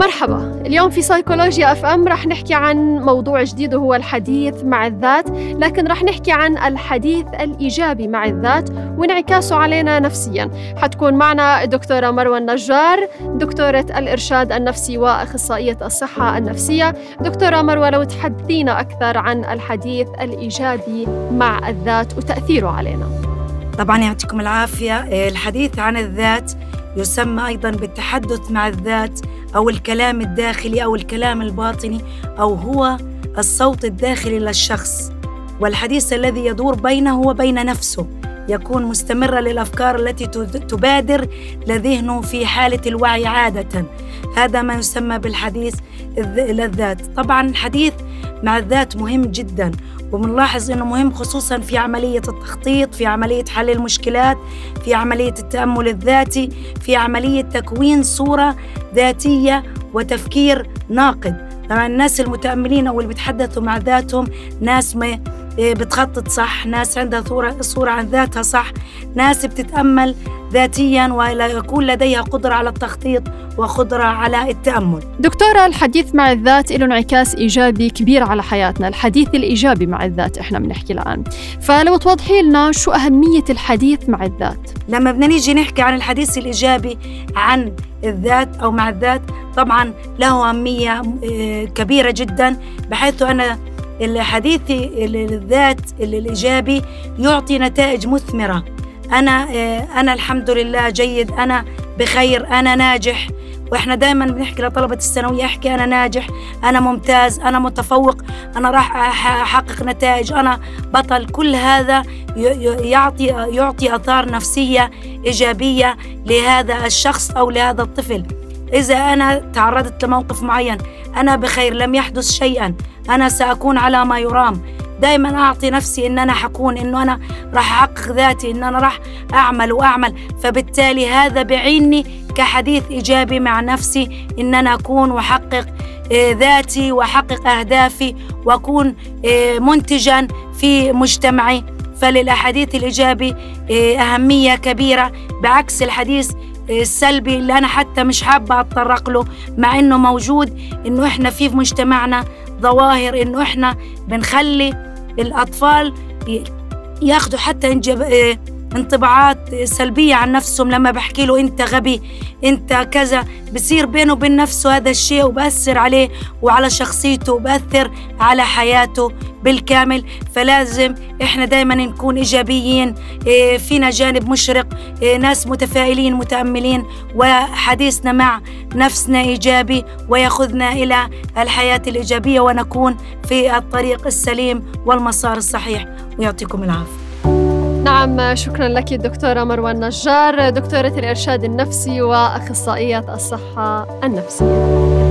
مرحبا، اليوم في سايكولوجيا اف ام رح نحكي عن موضوع جديد وهو الحديث مع الذات، لكن رح نحكي عن الحديث الإيجابي مع الذات وانعكاسه علينا نفسياً. حتكون معنا دكتورة مروة النجار، دكتورة الإرشاد النفسي وأخصائية الصحة النفسية. دكتورة مروة، لو تحدثينا أكثر عن الحديث الإيجابي مع الذات وتأثيره علينا. طبعاً يعطيكم العافية. الحديث عن الذات يسمى أيضاً بالتحدث مع الذات أو الكلام الداخلي أو الكلام الباطني، أو هو الصوت الداخلي للشخص، والحديث الذي يدور بينه وبين نفسه، يكون مستمرة للأفكار التي تبادر لذهنه في حالة الوعي عادة. هذا ما يسمى بالحديث للذات. طبعاً الحديث مع الذات مهم جداً، وبنلاحظ أنه مهم خصوصاً في عملية التخطيط، في عملية حل المشكلات، في عملية التأمل الذاتي، في عملية تكوين صورة ذاتية وتفكير ناقد. طبعاً الناس المتأملين أو اللي بيتحدثوا مع ذاتهم ناس ما بتخطط صح، ناس عندها صورة عن ذاتها صح، ناس بتتأمل ذاتياً ويكون لديها قدرة على التخطيط وقدرة على التأمل. دكتورة، الحديث مع الذات له انعكاس إيجابي كبير على حياتنا، الحديث الإيجابي مع الذات إحنا بنحكي الآن، فلو توضحي لنا شو أهمية الحديث مع الذات؟ لما بدنا نيجي نحكي عن الحديث الإيجابي عن الذات أو مع الذات، طبعاً له أهمية كبيرة جداً، بحيث أنا الحديث الذات الإيجابي يعطي نتائج مثمرة. أنا الحمد لله جيد، أنا بخير، أنا ناجح. وإحنا دائما بنحكي لطلبة الثانوية، أحكي أنا ناجح، أنا ممتاز، أنا متفوق، أنا راح أحقق نتائج، أنا بطل. كل هذا يعطي آثار نفسية إيجابية لهذا الشخص أو لهذا الطفل. إذا أنا تعرضت لموقف معين، أنا بخير، لم يحدث شيئا، أنا سأكون على ما يرام. دائما أعطي نفسي إن أنا حكون، إنه أنا راح أحقق ذاتي، إن أنا راح أعمل. فبالتالي هذا بعيني كحديث إيجابي مع نفسي، إن أنا أكون وأحقق ذاتي وأحقق أهدافي وأكون منتجا في مجتمعي. فللأحاديث الإيجابي أهمية كبيرة، بعكس الحديث السلبي اللي أنا حتى مش حابة أتطرق له، مع إنه موجود. إنه إحنا في مجتمعنا ظواهر إنه إحنا بنخلي الأطفال ياخدوا حتى انطباعات سلبية عن نفسهم. لما بحكي له أنت غبي، أنت كذا، بصير بينه وبين نفسه هذا الشيء، وبأثر عليه وعلى شخصيته وبأثر على حياته بالكامل. فلازم إحنا دايما نكون إيجابيين، فينا جانب مشرق، ناس متفائلين متأملين، وحديثنا مع نفسنا إيجابي ويأخذنا إلى الحياة الإيجابية، ونكون في الطريق السليم والمسار الصحيح. ويعطيكم العافية. نعم، شكرا لك الدكتورة مروة النجار، دكتورة الإرشاد النفسي وأخصائية الصحة النفسية.